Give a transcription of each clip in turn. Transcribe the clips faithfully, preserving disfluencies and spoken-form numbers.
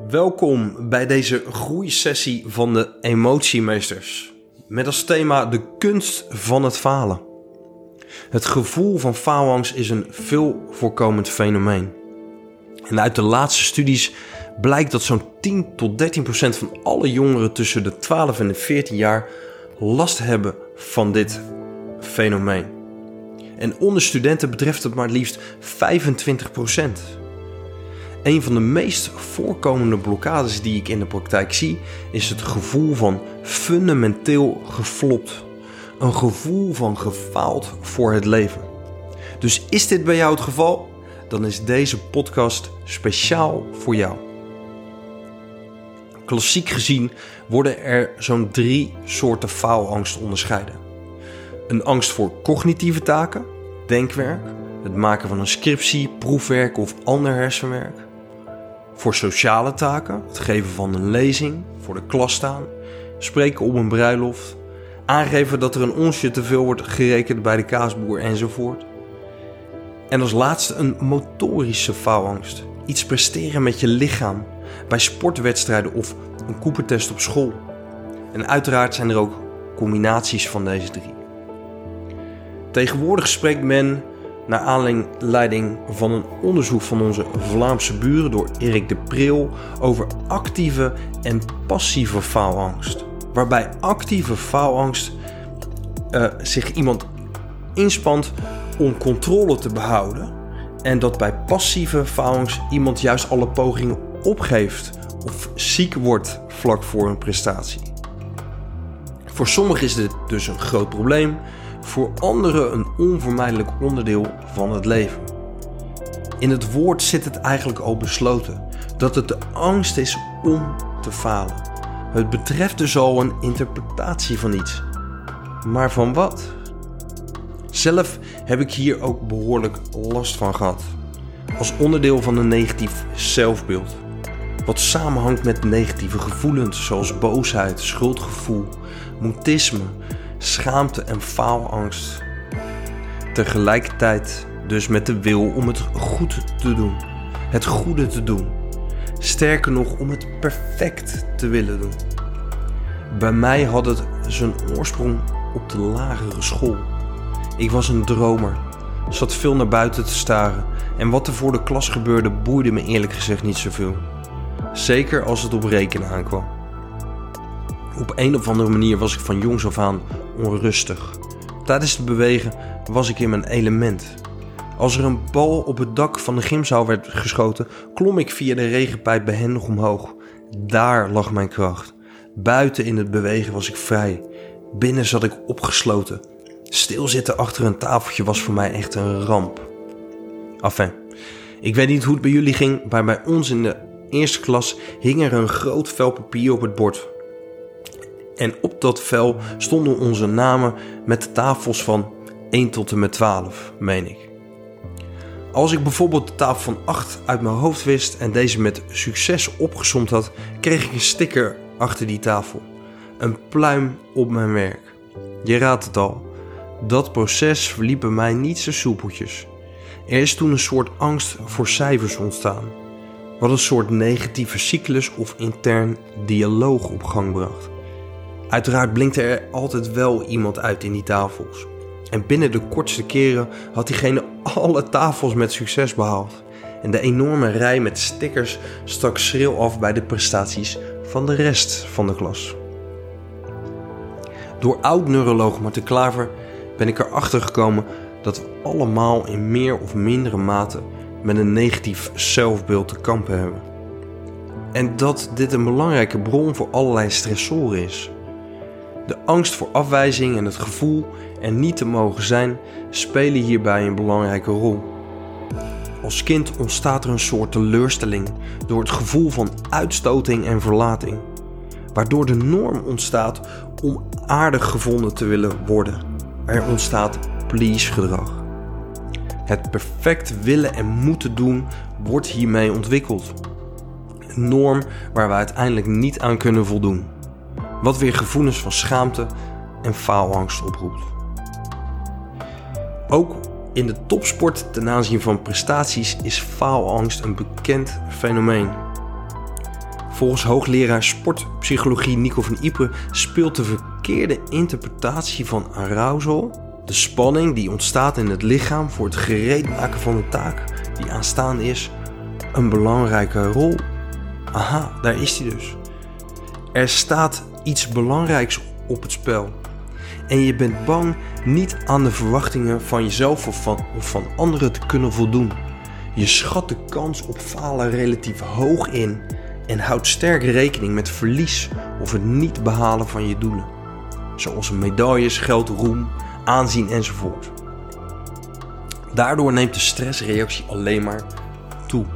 Welkom bij deze groeisessie van de Emotiemeesters. Met als thema de kunst van het falen. Het gevoel van faalangst is een veel voorkomend fenomeen. En uit de laatste studies blijkt dat zo'n tien tot dertien procent van alle jongeren tussen de twaalf en de veertien jaar last hebben van dit fenomeen. En onder studenten betreft het maar liefst vijfentwintig procent. Een van de meest voorkomende blokkades die ik in de praktijk zie, is het gevoel van fundamenteel geflopt. Een gevoel van gefaald voor het leven. Dus is dit bij jou het geval? Dan is deze podcast speciaal voor jou. Klassiek gezien worden er zo'n drie soorten faalangst onderscheiden. Een angst voor cognitieve taken, denkwerk, het maken van een scriptie, proefwerk of ander hersenwerk. Voor sociale taken, het geven van een lezing, voor de klas staan, spreken op een bruiloft, aangeven dat er een onsje te veel wordt gerekend bij de kaasboer enzovoort. En als laatste een motorische faalangst. Iets presteren met je lichaam, bij sportwedstrijden of een Cooper-test op school. En uiteraard zijn er ook combinaties van deze drie. Tegenwoordig spreekt men, naar aanleiding van een onderzoek van onze Vlaamse buren door Erik de Preel, over actieve en passieve faalangst. Waarbij actieve faalangst uh, zich iemand inspant om controle te behouden. En dat bij passieve faalangst iemand juist alle pogingen opgeeft of ziek wordt vlak voor een prestatie. Voor sommigen is dit dus een groot probleem. Voor anderen een onvermijdelijk onderdeel van het leven. In het woord zit het eigenlijk al besloten dat het de angst is om te falen. Het betreft dus al een interpretatie van iets. Maar van wat? Zelf heb ik hier ook behoorlijk last van gehad. Als onderdeel van een negatief zelfbeeld. Wat samenhangt met negatieve gevoelens zoals boosheid, schuldgevoel, mutisme, schaamte en faalangst. Tegelijkertijd dus met de wil om het goed te doen. Het goede te doen. Sterker nog, om het perfect te willen doen. Bij mij had het zijn oorsprong op de lagere school. Ik was een dromer. Zat veel naar buiten te staren. En wat er voor de klas gebeurde boeide me eerlijk gezegd niet zoveel. Zeker als het op rekenen aankwam. Op een of andere manier was ik van jongs af aan onrustig. Tijdens het bewegen was ik in mijn element. Als er een bal op het dak van de gymzaal werd geschoten, klom ik via de regenpijp behendig omhoog. Daar lag mijn kracht. Buiten in het bewegen was ik vrij. Binnen zat ik opgesloten. Stilzitten achter een tafeltje was voor mij echt een ramp. Enfin, ik weet niet hoe het bij jullie ging, maar bij ons in de eerste klas hing er een groot vel papier op het bord. En op dat vel stonden onze namen met de tafels van één tot en met twaalf, meen ik. Als ik bijvoorbeeld de tafel van acht uit mijn hoofd wist en deze met succes opgesomd had, kreeg ik een sticker achter die tafel. Een pluim op mijn werk. Je raadt het al, dat proces verliep bij mij niet zo soepeltjes. Er is toen een soort angst voor cijfers ontstaan, wat een soort negatieve cyclus of intern dialoog op gang bracht. Uiteraard blinkte er altijd wel iemand uit in die tafels. En binnen de kortste keren had diegene alle tafels met succes behaald. En de enorme rij met stickers stak schril af bij de prestaties van de rest van de klas. Door oud-neuroloog Marten Klaver ben ik erachter gekomen dat we allemaal in meer of mindere mate met een negatief zelfbeeld te kampen hebben. En dat dit een belangrijke bron voor allerlei stressoren is. De angst voor afwijzing en het gevoel er niet te mogen zijn spelen hierbij een belangrijke rol. Als kind ontstaat er een soort teleurstelling door het gevoel van uitstoting en verlating, waardoor de norm ontstaat om aardig gevonden te willen worden. Er ontstaat please-gedrag. Het perfect willen en moeten doen wordt hiermee ontwikkeld. Een norm waar we uiteindelijk niet aan kunnen voldoen. Wat weer gevoelens van schaamte en faalangst oproept. Ook in de topsport ten aanzien van prestaties is faalangst een bekend fenomeen. Volgens hoogleraar sportpsychologie Nico van Ypres speelt de verkeerde interpretatie van arousal, de spanning die ontstaat in het lichaam voor het gereedmaken van de taak die aanstaande is, een belangrijke rol. Aha, daar is hij dus. Er staat iets belangrijks op het spel. En je bent bang niet aan de verwachtingen van jezelf of van, of van anderen te kunnen voldoen. Je schat de kans op falen relatief hoog in en houdt sterk rekening met verlies of het niet behalen van je doelen. Zoals medailles, geld, roem, aanzien enzovoort. Daardoor neemt de stressreactie alleen maar toe.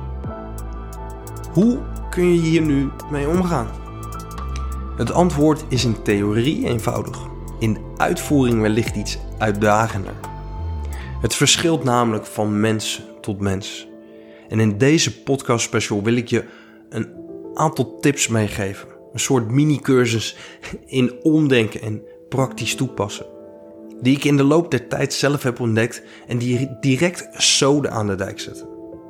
Hoe kun je hier nu mee omgaan? Het antwoord is in theorie eenvoudig. In uitvoering wellicht iets uitdagender. Het verschilt namelijk van mens tot mens. En in deze podcast special wil ik je een aantal tips meegeven. Een soort mini-cursus in omdenken en praktisch toepassen. Die ik in de loop der tijd zelf heb ontdekt en die direct zoden aan de dijk zetten.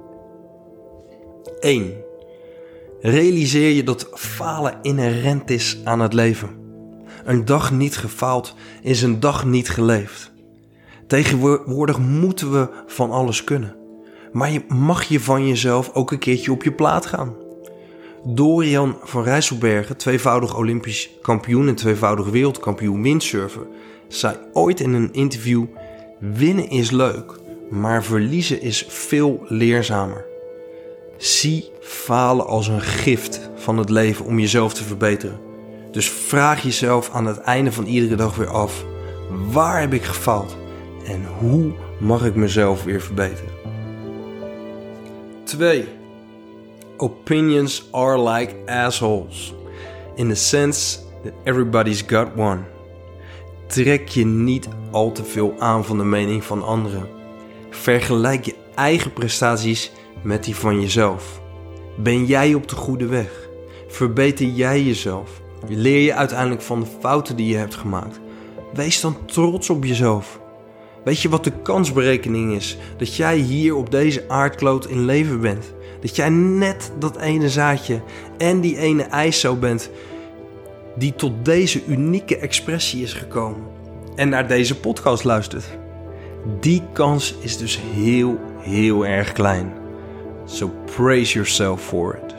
één. Realiseer je dat falen inherent is aan het leven. Een dag niet gefaald is een dag niet geleefd. Tegenwoordig moeten we van alles kunnen. Maar je mag je van jezelf ook een keertje op je plaat gaan. Dorian van Rijsselbergen, tweevoudig Olympisch kampioen en tweevoudig wereldkampioen windsurfen, zei ooit in een interview: winnen is leuk, maar verliezen is veel leerzamer. Zie falen als een gift van het leven om jezelf te verbeteren. Dus vraag jezelf aan het einde van iedere dag weer af: waar heb ik gefaald en hoe mag ik mezelf weer verbeteren? twee. Opinions are like assholes. In the sense that everybody's got one. Trek je niet al te veel aan van de mening van anderen. Vergelijk je eigen prestaties met die van jezelf. Ben jij op de goede weg? Verbeter jij jezelf? Leer je uiteindelijk van de fouten die je hebt gemaakt? Wees dan trots op jezelf. Weet je wat de kansberekening is? Dat jij hier op deze aardkloot in leven bent. Dat jij net dat ene zaadje en die ene ijszo bent die tot deze unieke expressie is gekomen en naar deze podcast luistert. Die kans is dus heel, heel erg klein. So praise yourself for it.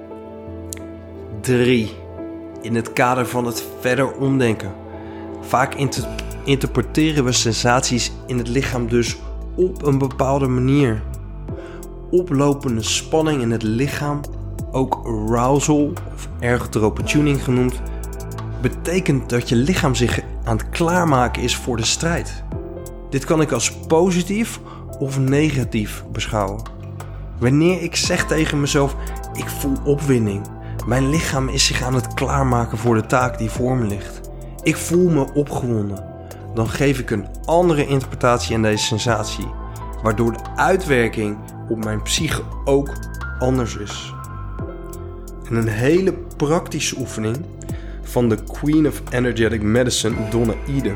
drie. In het kader van het verder omdenken. Vaak inter- interpreteren we sensaties in het lichaam dus op een bepaalde manier. Oplopende spanning in het lichaam, ook arousal of ergotrope tuning genoemd, betekent dat je lichaam zich aan het klaarmaken is voor de strijd. Dit kan ik als positief of negatief beschouwen. Wanneer ik zeg tegen mezelf: ik voel opwinding, mijn lichaam is zich aan het klaarmaken voor de taak die voor me ligt, ik voel me opgewonden, dan geef ik een andere interpretatie aan deze sensatie, waardoor de uitwerking op mijn psyche ook anders is. En een hele praktische oefening van de Queen of Energetic Medicine, Donna Eden,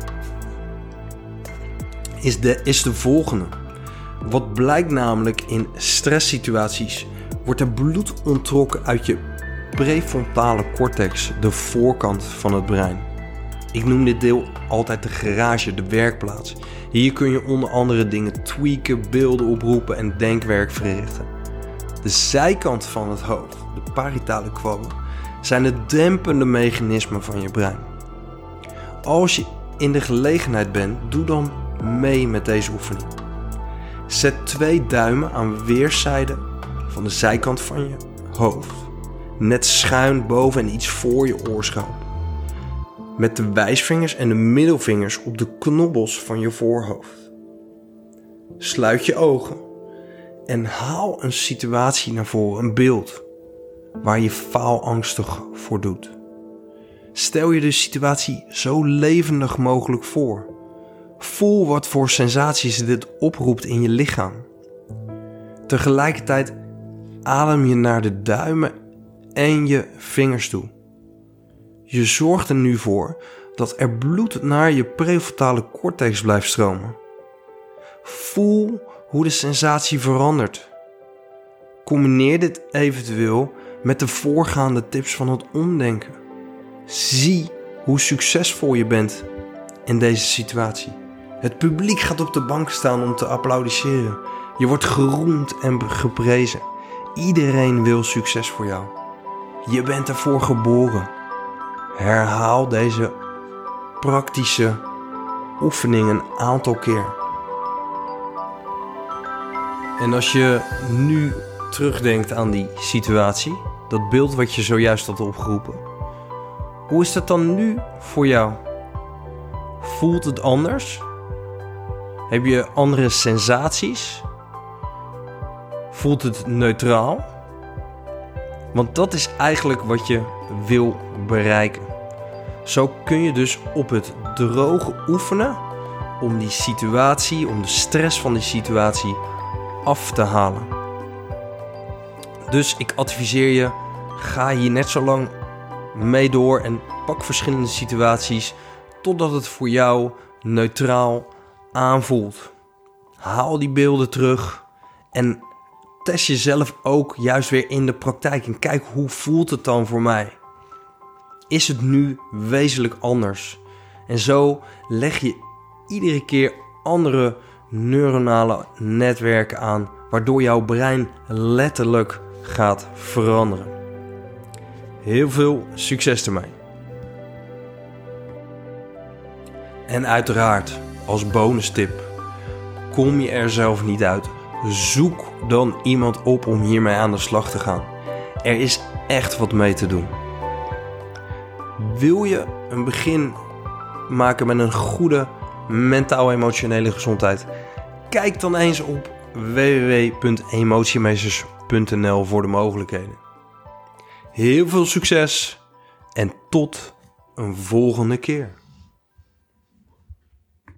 is de, is de volgende. Wat blijkt namelijk: in stresssituaties wordt er bloed onttrokken uit je prefrontale cortex, de voorkant van het brein. Ik noem dit deel altijd de garage, de werkplaats. Hier kun je onder andere dingen tweaken, beelden oproepen en denkwerk verrichten. De zijkant van het hoofd, de parietale kwabben, zijn de dempende mechanismen van je brein. Als je in de gelegenheid bent, doe dan mee met deze oefening. Zet twee duimen aan weerszijden van de zijkant van je hoofd, net schuin boven en iets voor je oorschelp. Met de wijsvingers en de middelvingers op de knobbels van je voorhoofd. Sluit je ogen en haal een situatie naar voren, een beeld waar je faalangstig voor doet. Stel je de situatie zo levendig mogelijk voor. Voel wat voor sensaties dit oproept in je lichaam. Tegelijkertijd adem je naar de duimen en je vingers toe. Je zorgt er nu voor dat er bloed naar je prefrontale cortex blijft stromen. Voel hoe de sensatie verandert. Combineer dit eventueel met de voorgaande tips van het omdenken. Zie hoe succesvol je bent in deze situatie. Het publiek gaat op de bank staan om te applaudisseren. Je wordt geroemd en geprezen. Iedereen wil succes voor jou. Je bent ervoor geboren. Herhaal deze praktische oefening een aantal keer. En als je nu terugdenkt aan die situatie, dat beeld wat je zojuist had opgeroepen, hoe is dat dan nu voor jou? Voelt het anders? Heb je andere sensaties? Voelt het neutraal? Want dat is eigenlijk wat je wil bereiken. Zo kun je dus op het droge oefenen om die situatie, om de stress van die situatie af te halen. Dus ik adviseer je, ga hier net zo lang mee door en pak verschillende situaties totdat het voor jou neutraal aanvoelt. Haal die beelden terug en test jezelf ook juist weer in de praktijk en kijk hoe voelt het dan voor mij. Is het nu wezenlijk anders? En zo leg je iedere keer andere neuronale netwerken aan, waardoor jouw brein letterlijk gaat veranderen. Heel veel succes ermee. En uiteraard, als bonus tip, kom je er zelf niet uit, zoek dan iemand op om hiermee aan de slag te gaan. Er is echt wat mee te doen. Wil je een begin maken met een goede mentaal-emotionele gezondheid? Kijk dan eens op w w w punt emotiemeesters punt n l voor de mogelijkheden. Heel veel succes en tot een volgende keer.